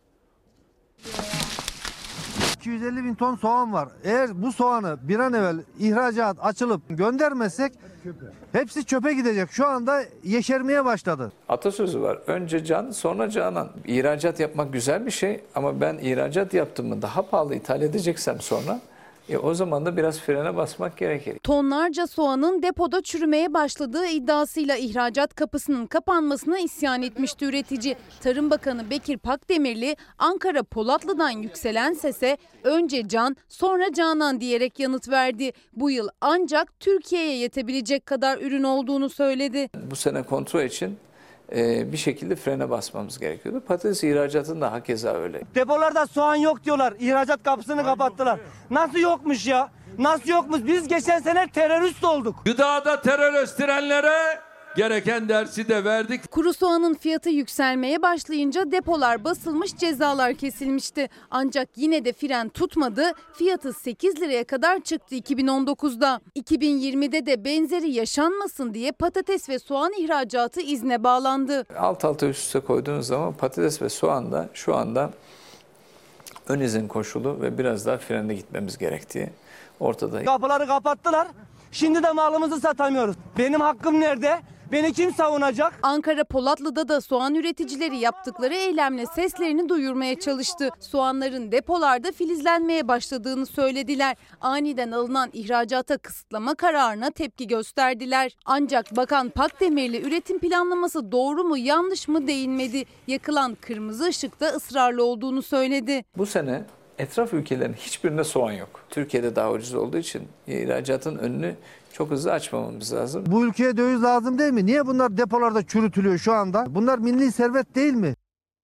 S24: 250 bin ton soğan var. Eğer bu soğanı bir an evvel ihracat açılıp göndermezsek hepsi çöpe gidecek. Şu anda yeşermeye başladı.
S21: Atasözü var. Önce can sonra canan. İhracat yapmak güzel bir şey ama ben ihracat yaptığımı daha pahalı ithal edeceksem sonra
S2: O zaman da biraz frene basmak gerekir.
S4: Tonlarca soğanın depoda çürümeye başladığı iddiasıyla ihracat kapısının kapanmasına isyan etmişti üretici. Tarım Bakanı Bekir Pakdemirli Ankara Polatlı'dan yükselen sese önce can sonra canan diyerek yanıt verdi. Bu yıl ancak Türkiye'ye yetebilecek kadar ürün olduğunu söyledi.
S2: Bu sene kontrol için bir şekilde frene basmamız gerekiyordu. Patates ihracatında hakeza öyle.
S7: Depolarda soğan yok diyorlar. İhracat kapısını kapattılar. Nasıl yokmuş ya? Nasıl yokmuş? Biz geçen sene terörist olduk.
S8: Gıdada terör östürenlere gereken dersi de verdik.
S4: Kuru soğanın fiyatı yükselmeye başlayınca depolar basılmış, cezalar kesilmişti. Ancak yine de fren tutmadı. Fiyatı 8 liraya kadar çıktı 2019'da. 2020'de de benzeri yaşanmasın diye patates ve soğan ihracatı izne bağlandı.
S2: Alt alta üst üste koyduğunuz zaman patates ve soğan da şu anda ön izin koşulu ve biraz daha frende gitmemiz gerektiği ortada.
S7: Kapıları kapattılar. Şimdi de malımızı satamıyoruz. Benim hakkım nerede? Beni kim savunacak?
S4: Ankara Polatlı'da da soğan üreticileri yaptıkları eylemle seslerini duyurmaya çalıştı. Soğanların depolarda filizlenmeye başladığını söylediler. Aniden alınan ihracata kısıtlama kararına tepki gösterdiler. Ancak Bakan Pakdemirli üretim planlaması doğru mu yanlış mı değinmedi. Yakılan kırmızı ışıkta ısrarlı olduğunu söyledi.
S2: Bu sene etraf ülkelerin hiçbirinde soğan yok. Türkiye'de daha ucuz olduğu için ihracatın önünü çok hızlı açmamamız lazım.
S24: Bu ülkeye döviz lazım değil mi? Niye bunlar depolarda çürütülüyor şu anda? Bunlar milli servet değil mi?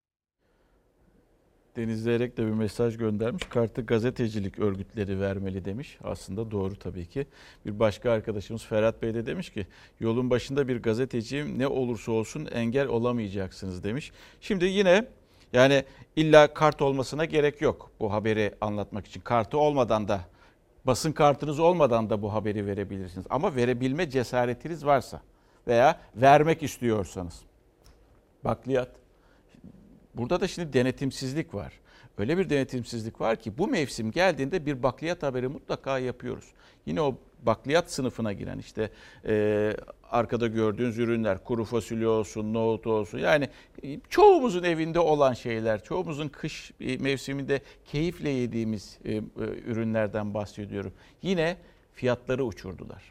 S1: Deniz Zeyrek de bir mesaj göndermiş. Kartı gazetecilik örgütleri vermeli demiş. Aslında doğru tabii ki. Bir başka arkadaşımız Ferhat Bey de demiş ki yolun başında bir gazeteciyim, ne olursa olsun engel olamayacaksınız demiş. Şimdi yine yani illa kart olmasına gerek yok bu haberi anlatmak için. Kartı olmadan da, basın kartınız olmadan da bu haberi verebilirsiniz. Ama verebilme cesaretiniz varsa veya vermek istiyorsanız. Bakliyat. Burada da şimdi denetimsizlik var. Öyle bir denetimsizlik var ki bu mevsim geldiğinde bir bakliyat haberi mutlaka yapıyoruz. Yine o bakliyat sınıfına giren işte arkada gördüğünüz ürünler, kuru fasulye olsun, nohut olsun. Yani çoğumuzun evinde olan şeyler, çoğumuzun kış mevsiminde keyifle yediğimiz ürünlerden bahsediyorum. Yine fiyatları uçurdular.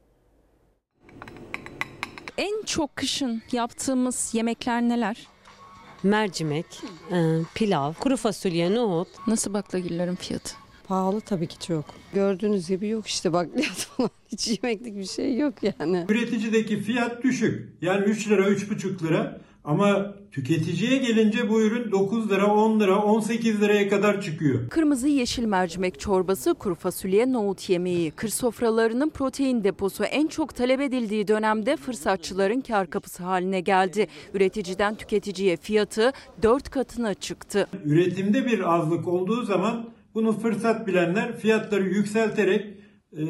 S25: En çok kışın yaptığımız yemekler neler?
S26: Mercimek, pilav, kuru fasulye, nohut.
S25: Nasıl baklagillerin fiyatı?
S26: Pahalı tabii ki çok. Gördüğünüz gibi yok işte bakliyat falan. Hiç yemeklik bir şey yok yani.
S27: Üreticideki fiyat düşük. Yani 3 lira, 3,5 lira. Ama tüketiciye gelince bu ürün 9 lira, 10 lira, 18 liraya kadar çıkıyor.
S25: Kırmızı yeşil mercimek çorbası, kuru fasulye, nohut yemeği. Kır sofralarının protein deposu en çok talep edildiği dönemde fırsatçıların kar kapısı haline geldi. Üreticiden tüketiciye fiyatı 4 katına çıktı.
S27: Üretimde bir azlık olduğu zaman bunu fırsat bilenler fiyatları yükselterek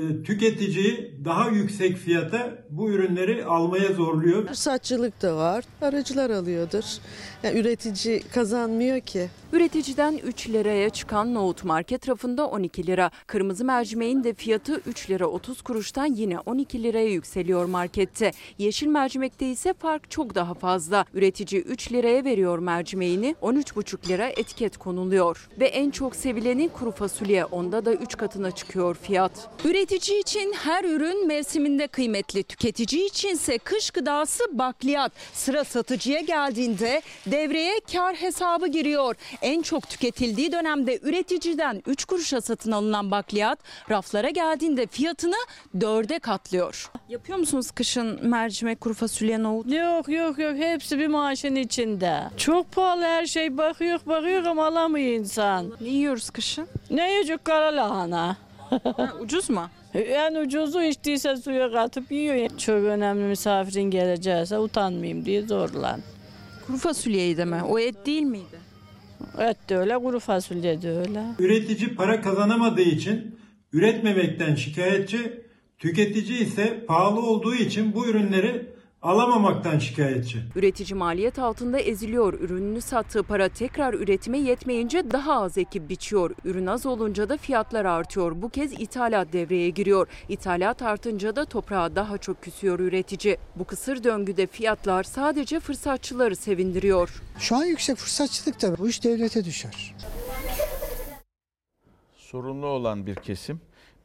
S27: tüketiciyi daha yüksek fiyata bu ürünleri almaya zorluyor.
S28: Fırsatçılık da var. Aracılar alıyordur. Yani üretici kazanmıyor ki.
S25: Üreticiden 3 liraya çıkan nohut market rafında 12 lira. Kırmızı mercimeğin de fiyatı 3 lira 30 kuruştan yine 12 liraya yükseliyor markette. Yeşil mercimekte ise fark çok daha fazla. Üretici 3 liraya veriyor mercimeğini, 13,5 lira etiket konuluyor. Ve en çok sevileni kuru fasulye, onda da 3 katına çıkıyor fiyat. Üretici için her ürün mevsiminde kıymetli. Tüketici içinse kış gıdası bakliyat. Sıra satıcıya geldiğinde devreye kar hesabı giriyor. En çok tüketildiği dönemde üreticiden 3 kuruşa satın alınan bakliyat raflara geldiğinde fiyatını 4'e katlıyor. Yapıyor musunuz kışın mercimek, kuru fasulye, nohut?
S28: Yok hepsi bir maaşın içinde. Çok pahalı her şey, bakıyor ama alamıyor insan.
S25: Ne yiyoruz kışın?
S28: Ne yiyecek, kara lahana.
S25: Ucuz mu?
S28: En ucuzu içtiyse suya katıp yiyor. Çok önemli misafirin geleceğse utanmayayım diye zorlan.
S25: Kuru fasulyeyi de mi? O et değil miydi?
S28: Et de öyle, kuru fasulye de öyle.
S27: Üretici para kazanamadığı için üretmemekten şikayetçi, tüketici ise pahalı olduğu için bu ürünleri alamamaktan şikayetçi.
S25: Üretici maliyet altında eziliyor. Ürününü sattığı para tekrar üretime yetmeyince daha az ekip biçiyor. Ürün az olunca da fiyatlar artıyor. Bu kez ithalat devreye giriyor. İthalat artınca da toprağa daha çok küsüyor üretici. Bu kısır döngüde fiyatlar sadece fırsatçıları sevindiriyor.
S29: Şu an yüksek fırsatçılık tabii. Bu iş devlete düşer.
S1: Sorunlu olan bir kesim.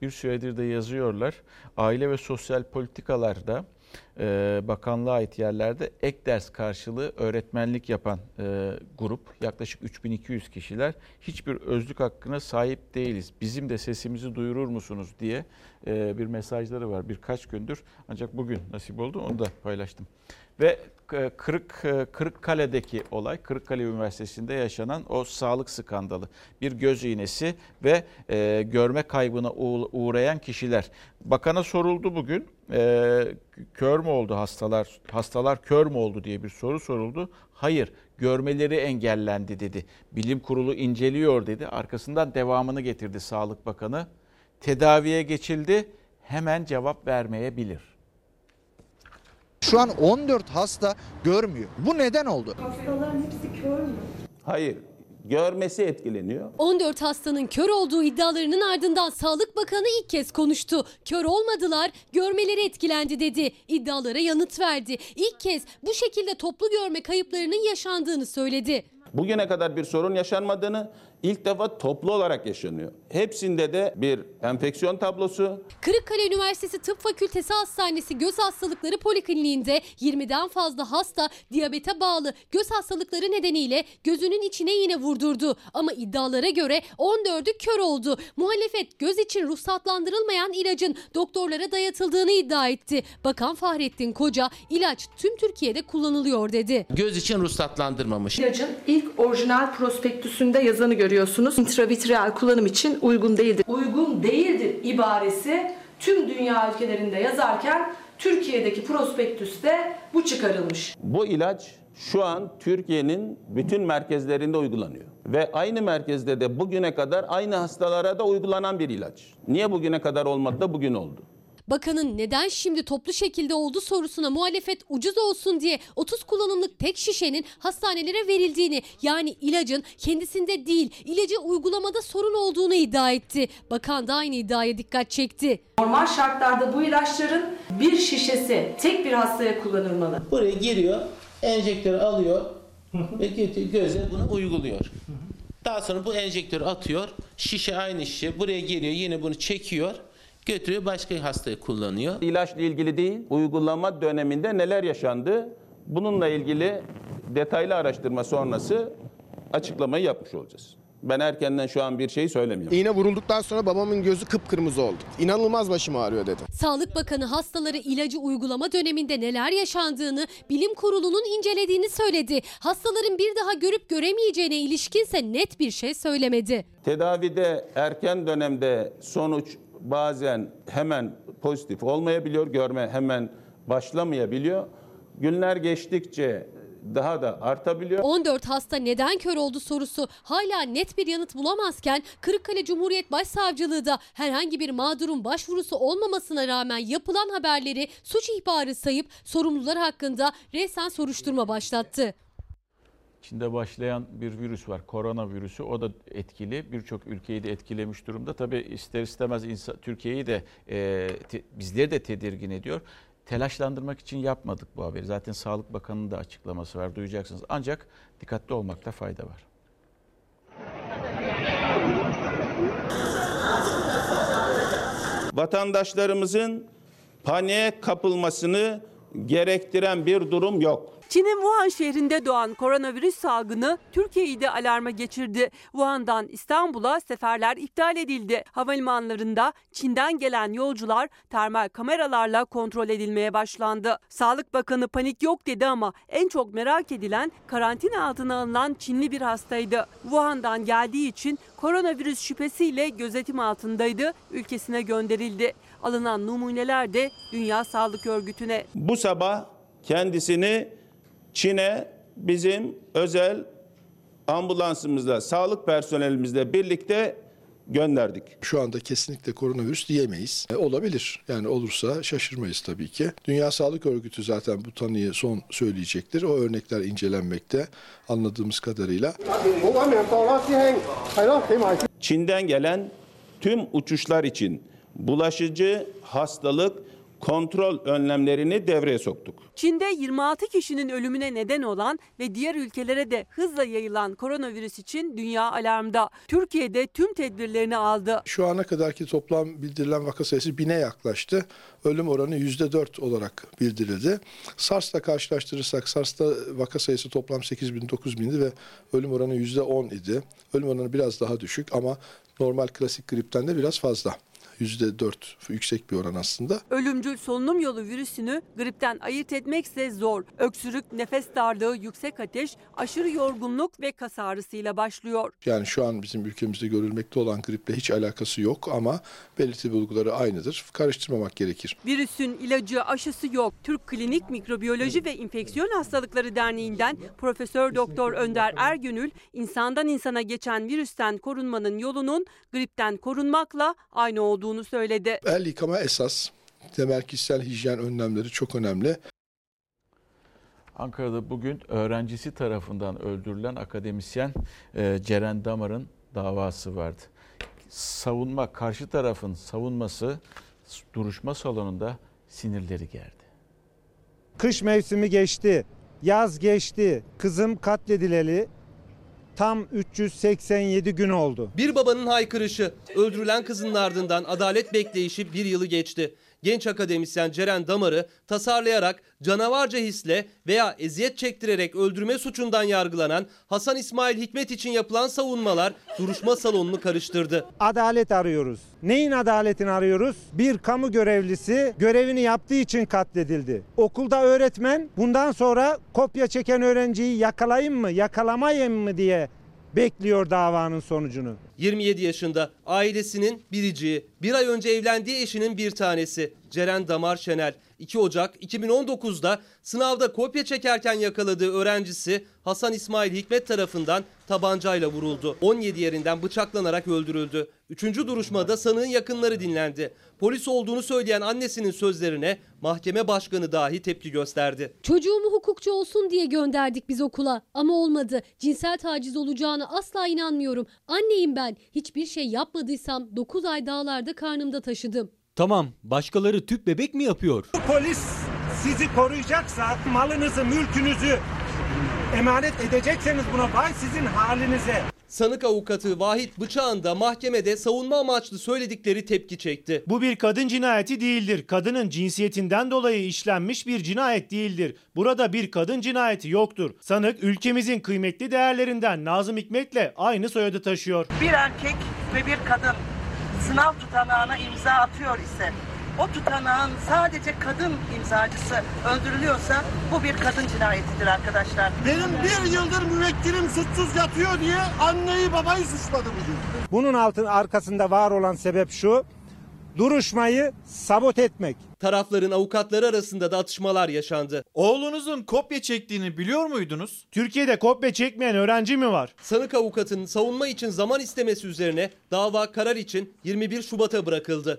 S1: bir süredir de yazıyorlar. Aile ve Sosyal Politikalar'da bakanlığa ait yerlerde ek ders karşılığı öğretmenlik yapan grup, yaklaşık 3200 kişiler, hiçbir özlük hakkına sahip değiliz, bizim de sesimizi duyurur musunuz diye bir mesajları var birkaç gündür, ancak bugün nasip oldu, onu da paylaştım. Ve Kırıkkale'deki olay, Kırıkkale Üniversitesi'nde yaşanan o sağlık skandalı. Bir göz iğnesi ve görme kaybına uğrayan kişiler. Bakana soruldu bugün, kör mü oldu hastalar kör mü oldu diye bir soru soruldu. Hayır, görmeleri engellendi dedi. Bilim Kurulu inceliyor dedi. Arkasından devamını getirdi Sağlık Bakanı. Tedaviye geçildi, hemen cevap vermeyebilir.
S6: Şu an 14 hasta görmüyor. Bu neden oldu?
S10: Hastaların hepsi kör mü?
S11: Hayır, görmesi etkileniyor.
S10: 14 hastanın kör olduğu iddialarının ardından Sağlık Bakanı ilk kez konuştu. Kör olmadılar, görmeleri etkilendi dedi. İddialara yanıt verdi. İlk kez bu şekilde toplu görme kayıplarının yaşandığını söyledi.
S11: Bugüne kadar bir sorun yaşanmadığını, ilk defa toplu olarak yaşanıyor. Hepsinde de bir enfeksiyon tablosu.
S10: Kırıkkale Üniversitesi Tıp Fakültesi Hastanesi Göz Hastalıkları Polikliniğinde 20'den fazla hasta diyabete bağlı göz hastalıkları nedeniyle gözünün içine iğne vurdurdu. Ama iddialara göre 14'ü kör oldu. Muhalefet göz için ruhsatlandırılmayan ilacın doktorlara dayatıldığını iddia etti. Bakan Fahrettin Koca, ilaç tüm Türkiye'de kullanılıyor dedi.
S12: Göz için ruhsatlandırmamış.
S13: İlacın ilk orijinal prospektüsünde yazanı görüyorsunuz. İntravitreal kullanım için uygun değildir. Uygun değildir ibaresi tüm dünya ülkelerinde yazarken Türkiye'deki prospektüste bu çıkarılmış.
S11: Bu ilaç şu an Türkiye'nin bütün merkezlerinde uygulanıyor. Ve aynı merkezde de bugüne kadar aynı hastalara da uygulanan bir ilaç. Niye bugüne kadar olmadı da bugün oldu?
S10: Bakanın neden şimdi toplu şekilde oldu sorusuna muhalefet ucuz olsun diye 30 kullanımlık tek şişenin hastanelere verildiğini, yani ilacın kendisinde değil ilacı uygulamada sorun olduğunu iddia etti. Bakan da aynı iddiaya dikkat çekti.
S13: Normal şartlarda bu ilaçların bir şişesi tek bir hastaya kullanılmalı.
S12: Buraya giriyor, enjektörü alıyor ve göze bunu uyguluyor. Daha sonra bu enjektörü atıyor, şişe aynı şişe buraya geliyor, yine bunu çekiyor. Götürüyor, başka hastaya kullanıyor.
S11: İlaçla ilgili değil, uygulama döneminde neler yaşandı? Bununla ilgili detaylı araştırma sonrası açıklamayı yapmış olacağız. Ben erkenden şu an bir şey söylemiyorum.
S14: İğne vurulduktan sonra babamın gözü kıpkırmızı oldu. İnanılmaz başım ağrıyor dedi.
S10: Sağlık Bakanı hastaları ilacı uygulama döneminde neler yaşandığını Bilim Kurulu'nun incelediğini söyledi. Hastaların bir daha görüp göremeyeceğine ilişkinse net bir şey söylemedi.
S11: Tedavide erken dönemde sonuç bazen hemen pozitif olmayabiliyor, görme hemen başlamayabiliyor. Günler geçtikçe daha da artabiliyor.
S10: 14 hasta neden kör oldu sorusu hala net bir yanıt bulamazken Kırıkkale Cumhuriyet Başsavcılığı da herhangi bir mağdurun başvurusu olmamasına rağmen yapılan haberleri suç ihbarı sayıp sorumlular hakkında resen soruşturma başlattı.
S1: Çin'de başlayan bir virüs var, koronavirüsü. O da etkili. Birçok ülkeyi de etkilemiş durumda. Tabii ister istemez Türkiye'yi de bizleri de tedirgin ediyor. Telaşlandırmak için yapmadık bu haberi. Zaten Sağlık Bakanı'nın da açıklaması var, duyacaksınız. Ancak dikkatli olmakta fayda var.
S11: Vatandaşlarımızın paniğe kapılmasını gerektiren bir durum yok.
S25: Çin'in Wuhan şehrinde doğan koronavirüs salgını Türkiye'yi de alarma geçirdi. Wuhan'dan İstanbul'a seferler iptal edildi. Havalimanlarında Çin'den gelen yolcular termal kameralarla kontrol edilmeye başlandı. Sağlık Bakanı panik yok dedi ama en çok merak edilen karantina altına alınan Çinli bir hastaydı. Wuhan'dan geldiği için koronavirüs şüphesiyle gözetim altındaydı, ülkesine gönderildi. Alınan numuneler de Dünya Sağlık Örgütü'ne.
S11: Bu sabah kendisini Çin'e bizim özel ambulansımızla, sağlık personelimizle birlikte gönderdik.
S15: Şu anda kesinlikle koronavirüs diyemeyiz. Olabilir. Yani olursa şaşırmayız tabii ki. Dünya Sağlık Örgütü zaten bu tanıyı son söyleyecektir. O örnekler incelenmekte anladığımız kadarıyla.
S11: Çin'den gelen tüm uçuşlar için bulaşıcı hastalık kontrol önlemlerini devreye soktuk.
S3: Çin'de 26 kişinin ölümüne neden olan ve diğer ülkelere de hızla yayılan koronavirüs için dünya alarmda. Türkiye'de tüm tedbirlerini aldı.
S15: Şu ana kadarki toplam bildirilen vaka sayısı 1000'e yaklaştı. Ölüm oranı %4 olarak bildirildi. SARS'la karşılaştırırsak SARS'ta vaka sayısı toplam 8.000-9.000'di ve ölüm oranı %10 idi. Ölüm oranı biraz daha düşük ama normal klasik gripten de biraz fazla. %4 yüksek bir oran aslında.
S3: Ölümcül solunum yolu virüsünü gripten ayırt etmekse zor. Öksürük, nefes darlığı, yüksek ateş, aşırı yorgunluk ve kas ağrısıyla başlıyor.
S15: Yani şu an bizim ülkemizde görülmekte olan griple hiç alakası yok ama belirti bulguları aynıdır. Karıştırmamak gerekir.
S3: Virüsün ilacı, aşısı yok. Türk Klinik Mikrobiyoloji ve İnfeksiyon Hastalıkları Derneği'nden Profesör Doktor Önder Ergünül, insandan insana geçen virüsten korunmanın yolunun gripten korunmakla aynı olduğunu söyledi.
S15: El yıkama esas. Temel kişisel hijyen önlemleri çok önemli.
S1: Ankara'da bugün öğrencisi tarafından öldürülen akademisyen Ceren Damar'ın davası vardı. Karşı tarafın savunması duruşma salonunda sinirleri gerdi.
S9: Kış mevsimi geçti, yaz geçti, kızım katledileli tam 387 gün oldu.
S16: Bir babanın haykırışı, öldürülen kızının ardından adalet bekleyişi bir yılı geçti. Genç akademisyen Ceren Damar'ı tasarlayarak canavarca hisle veya eziyet çektirerek öldürme suçundan yargılanan Hasan İsmail Hikmet için yapılan savunmalar duruşma salonunu karıştırdı.
S9: Adalet arıyoruz. Neyin adaletini arıyoruz? Bir kamu görevlisi görevini yaptığı için katledildi. Okulda öğretmen bundan sonra kopya çeken öğrenciyi yakalayayım mı, yakalamayayım mı diye bekliyor davanın sonucunu.
S16: 27 yaşında, ailesinin biriciği, bir ay önce evlendiği eşinin bir tanesi Ceren Damar Şenel. 2 Ocak 2019'da sınavda kopya çekerken yakaladığı öğrencisi Hasan İsmail Hikmet tarafından tabancayla vuruldu. 17 yerinden bıçaklanarak öldürüldü. 3. duruşmada sanığın yakınları dinlendi. Polis olduğunu söyleyen annesinin sözlerine mahkeme başkanı dahi tepki gösterdi.
S10: Çocuğumu hukukçu olsun diye gönderdik biz okula ama olmadı. Cinsel taciz olacağına asla inanmıyorum. Anneyim ben. Hiçbir şey yapmadıysam 9 ay dağlarda karnımda taşıdım.
S17: Tamam, başkaları tüp bebek mi yapıyor?
S9: Polis sizi koruyacaksa malınızı, mülkünüzü emanet edecekseniz buna vay sizin halinize.
S16: Sanık avukatı Vahit Bıçak'ın da mahkemede savunma amaçlı söyledikleri tepki çekti.
S17: Bu bir kadın cinayeti değildir. Kadının cinsiyetinden dolayı işlenmiş bir cinayet değildir. Burada bir kadın cinayeti yoktur. Sanık ülkemizin kıymetli değerlerinden Nazım Hikmet'le aynı soyadı taşıyor.
S18: Bir erkek ve bir kadın sınav tutanağına imza atıyor ise o tutanağın sadece kadın imzacısı öldürülüyorsa bu bir kadın cinayetidir arkadaşlar.
S22: Benim bir yıldır müvekkilim suçsuz yatıyor diye anneyi babayı suçladı bugün.
S9: Bunun arkasında var olan sebep şu: duruşmayı sabote etmek.
S16: Tarafların avukatları arasında da atışmalar yaşandı.
S17: Oğlunuzun kopya çektiğini biliyor muydunuz? Türkiye'de kopya çekmeyen öğrenci mi var?
S16: Sanık avukatının savunma için zaman istemesi üzerine dava karar için 21 Şubat'a bırakıldı.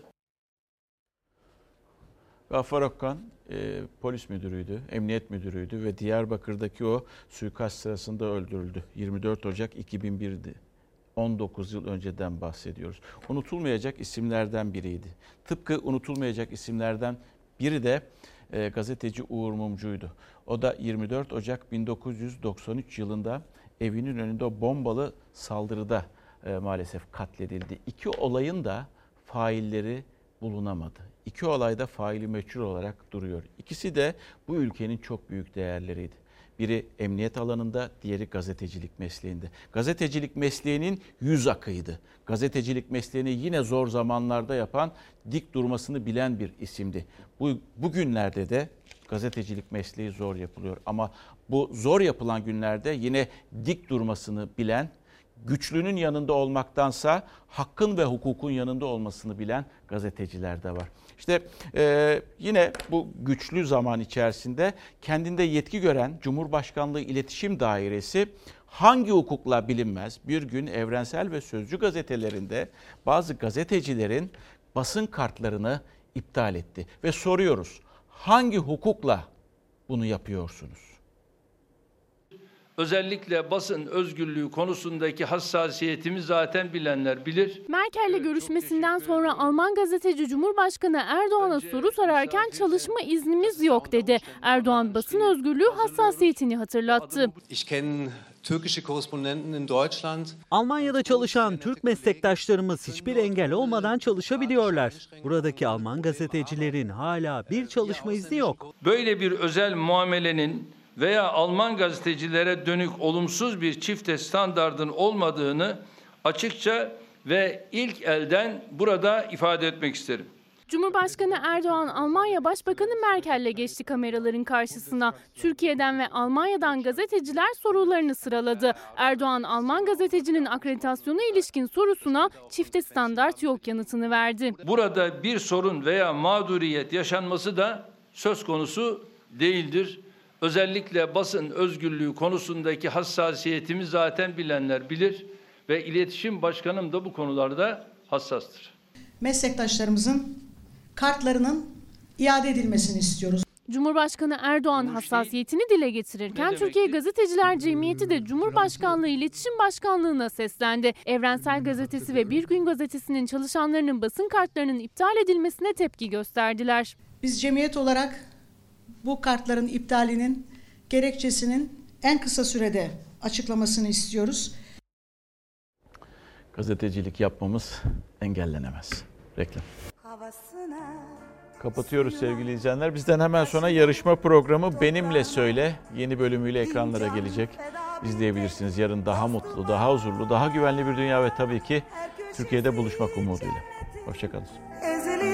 S1: Gaffar Okkan polis müdürüydü, emniyet müdürüydü ve Diyarbakır'daki o suikast sırasında öldürüldü. 24 Ocak 2001'di. 19 yıl önceden bahsediyoruz. Unutulmayacak isimlerden biriydi. Tıpkı unutulmayacak isimlerden biri de gazeteci Uğur Mumcu'ydu. O da 24 Ocak 1993 yılında evinin önünde o bombalı saldırıda maalesef katledildi. İki olayın da failleri bulunamadı. İki olayda faili meçhul olarak duruyor. İkisi de bu ülkenin çok büyük değerleriydi. Biri emniyet alanında, diğeri gazetecilik mesleğinde. Gazetecilik mesleğinin yüz akıydı. Gazetecilik mesleğini yine zor zamanlarda yapan, dik durmasını bilen bir isimdi. Bugünlerde de gazetecilik mesleği zor yapılıyor. Ama bu zor yapılan günlerde yine dik durmasını bilen, güçlünün yanında olmaktansa hakkın ve hukukun yanında olmasını bilen gazeteciler de var. İşte yine bu güçlü zaman içerisinde kendinde yetki gören Cumhurbaşkanlığı İletişim Dairesi hangi hukukla bilinmez bir gün Evrensel ve Sözcü gazetelerinde bazı gazetecilerin basın kartlarını iptal etti. Ve soruyoruz, hangi hukukla bunu yapıyorsunuz?
S4: Özellikle basın özgürlüğü konusundaki hassasiyetimi zaten bilenler bilir.
S5: Merkel'le görüşmesinden sonra Alman gazeteci Cumhurbaşkanı Erdoğan'a soru sorarken çalışma iznimiz yok dedi. Erdoğan basın özgürlüğü hassasiyetini hatırlattı.
S7: Almanya'da çalışan Türk meslektaşlarımız hiçbir engel olmadan çalışabiliyorlar. Buradaki Alman gazetecilerin hala bir çalışma izni yok.
S4: Böyle bir özel muamelenin veya Alman gazetecilere dönük olumsuz bir çifte standardın olmadığını açıkça ve ilk elden burada ifade etmek isterim.
S5: Cumhurbaşkanı Erdoğan, Almanya Başbakanı Merkel'le geçti kameraların karşısına. Türkiye'den ve Almanya'dan gazeteciler sorularını sıraladı. Erdoğan, Alman gazetecinin akreditasyona ilişkin sorusuna çifte standart yok yanıtını verdi.
S4: Burada bir sorun veya mağduriyet yaşanması da söz konusu değildir. Özellikle basın özgürlüğü konusundaki hassasiyetimi zaten bilenler bilir ve iletişim başkanım da bu konularda hassastır.
S8: Meslektaşlarımızın kartlarının iade edilmesini istiyoruz.
S5: Cumhurbaşkanı Erdoğan hassasiyetini dile getirirken Türkiye Gazeteciler Cemiyeti de Cumhurbaşkanlığı İletişim Başkanlığı'na seslendi. Evrensel Gazetesi ve Bir Gün Gazetesi'nin çalışanlarının basın kartlarının iptal edilmesine tepki gösterdiler.
S8: Biz cemiyet olarak bu kartların iptalinin gerekçesinin en kısa sürede açıklamasını istiyoruz.
S1: Gazetecilik yapmamız engellenemez. Reklam. Kapatıyoruz sevgili izleyenler. Bizden hemen sonra yarışma programı Benimle Söyle yeni bölümüyle ekranlara gelecek. İzleyebilirsiniz. Yarın daha mutlu, daha huzurlu, daha güvenli bir dünya ve tabii ki Türkiye'de buluşmak umuduyla. Hoşça kalın.